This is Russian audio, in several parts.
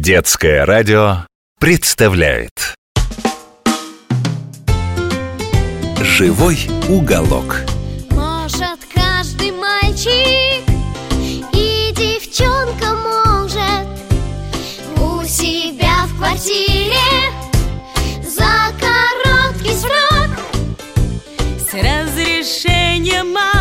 Детское радио представляет «Живой уголок». Может каждый мальчик и девчонка может у себя в квартире за короткий срок с разрешения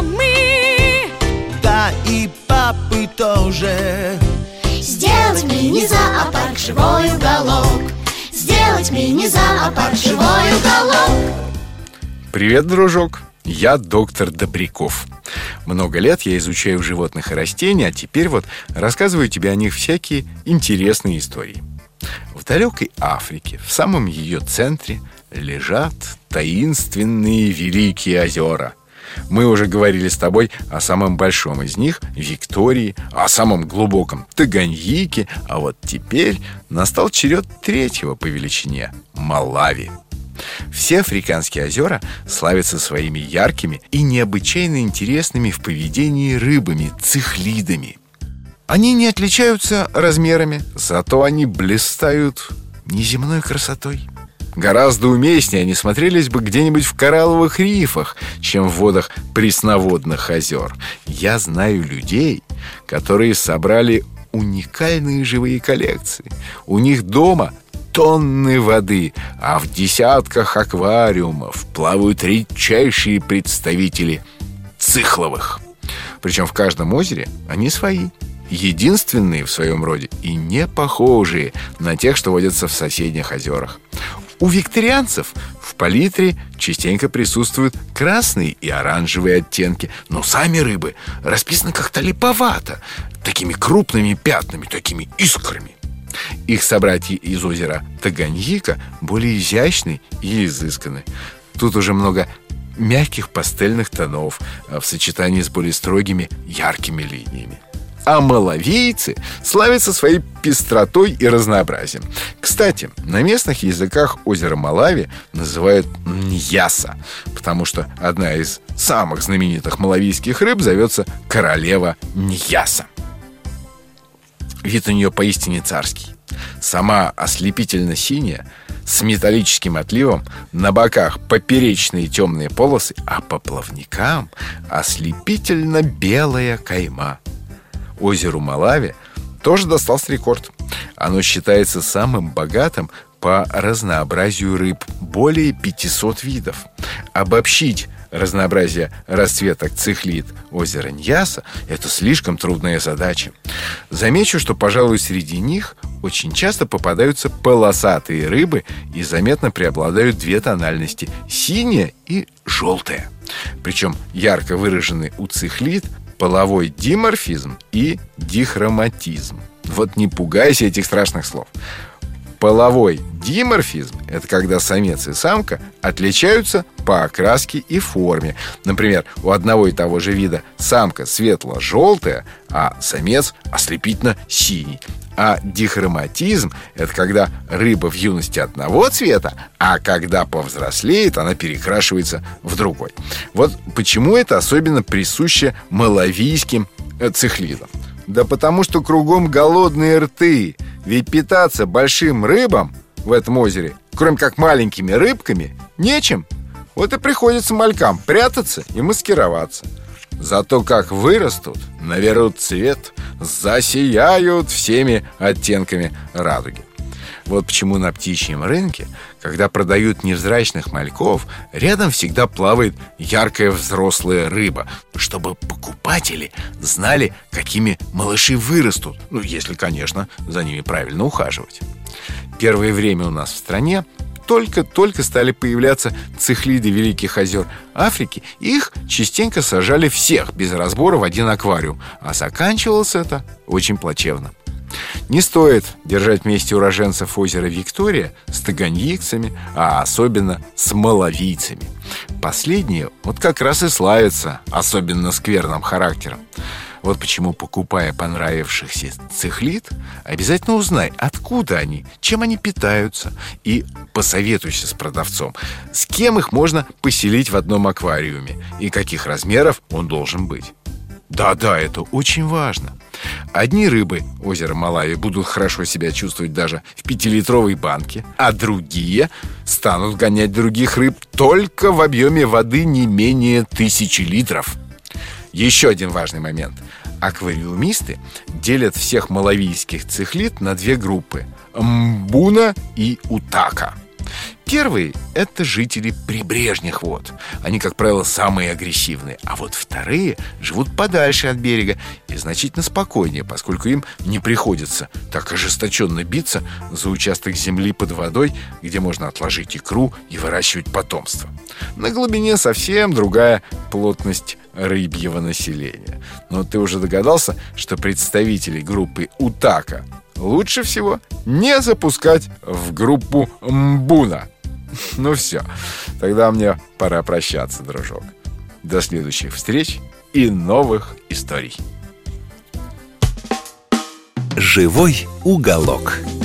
мамы, да и папы тоже сделать мини-зоопарк «Живой уголок». Сделать мини-зоопарк «Живой уголок». Привет, дружок! Я доктор Добряков. Много лет я изучаю животных и растения, а теперь вот рассказываю тебе о них всякие интересные истории. В далекой Африке, в самом ее центре, лежат таинственные великие озера. Мы уже говорили с тобой о самом большом из них — Виктории, о самом глубоком — Таганьике, а вот теперь настал черед третьего по величине — Малави. Все африканские озера славятся своими яркими и необычайно интересными в поведении рыбами — цихлидами. Они не отличаются размерами, зато они блистают неземной красотой. Гораздо уместнее они смотрелись бы где-нибудь в коралловых рифах, чем в водах пресноводных озер. Я знаю людей, которые собрали уникальные живые коллекции. У них дома тонны воды, а в десятках аквариумов плавают редчайшие представители цихловых. Причем в каждом озере они свои, единственные в своем роде и не похожие на тех, что водятся в соседних озерах. У викторианцев в палитре частенько присутствуют красные и оранжевые оттенки, но сами рыбы расписаны как-то липовато, такими крупными пятнами, такими искрами. Их собратья из озера Таганьика более изящны и изысканы. Тут уже много мягких пастельных тонов в сочетании с более строгими яркими линиями. А малавийцы славятся своей пестротой и разнообразием. Кстати, на местных языках озеро Малави называют Ньяса, потому что одна из самых знаменитых малавийских рыб зовется королева Ньяса. Вид у нее поистине царский. Сама ослепительно синяя, с металлическим отливом, на боках поперечные темные полосы, а по плавникам ослепительно белая кайма. Озеру Малави тоже достался рекорд. Оно считается самым богатым по разнообразию рыб, более 500 видов. Обобщить разнообразие расцветок цихлид озера Ньяса — это слишком трудная задача. Замечу, что, пожалуй, среди них очень часто попадаются полосатые рыбы и заметно преобладают две тональности — синяя и желтая. Причем ярко выражены у цихлид половой диморфизм и дихроматизм. Вот не пугайся этих страшных слов. Половой диморфизм — это когда самец и самка отличаются по окраске и форме. Например, у одного и того же вида самка светло-желтая, а самец ослепительно-синий. А дихроматизм — это когда рыба в юности одного цвета, а когда повзрослеет, она перекрашивается в другой. Вот почему это особенно присуще малавийским цихлидам. Да потому что кругом голодные рты. Ведь питаться большим рыбам в этом озере, кроме как маленькими рыбками, нечем. Вот и приходится малькам прятаться и маскироваться. Зато как вырастут, наберут цвет, засияют всеми оттенками радуги. Вот почему на птичьем рынке, когда продают невзрачных мальков, рядом всегда плавает яркая взрослая рыба, чтобы покупатели знали, какими малыши вырастут. Ну, если, конечно, за ними правильно ухаживать. Первое время у нас в стране только стали появляться цихлиды великих озер Африки, их частенько сажали всех без разбора в один аквариум, а заканчивалось это очень плачевно. Не стоит держать вместе уроженцев озера Виктория с таганьикцами, а особенно с малавийцами. Последние вот как раз и славятся особенно скверным характером. Вот почему, покупая понравившихся цихлид, обязательно узнай, откуда они, чем они питаются, и посоветуйся с продавцом, с кем их можно поселить в одном аквариуме и каких размеров он должен быть. Да-да, это очень важно. Одни рыбы озера Малави будут хорошо себя чувствовать даже в 5-литровой банке, а другие станут гонять других рыб только в объеме воды не менее 1000 литров. Еще один важный момент. Аквариумисты делят всех малавийских цихлид на 2 группы – Мбуна и Утака. Первые – это жители прибрежных вод. Они, как правило, самые агрессивные. А вот вторые живут подальше от берега и значительно спокойнее, поскольку им не приходится так ожесточенно биться за участок земли под водой, где можно отложить икру и выращивать потомство. На глубине совсем другая плотность рыбьего населения. Но ты уже догадался, что представителей группы Утака лучше всего не запускать в группу Мбуна. Ну все, тогда мне пора прощаться, дружок. До следующих встреч и новых историй. «Живой уголок».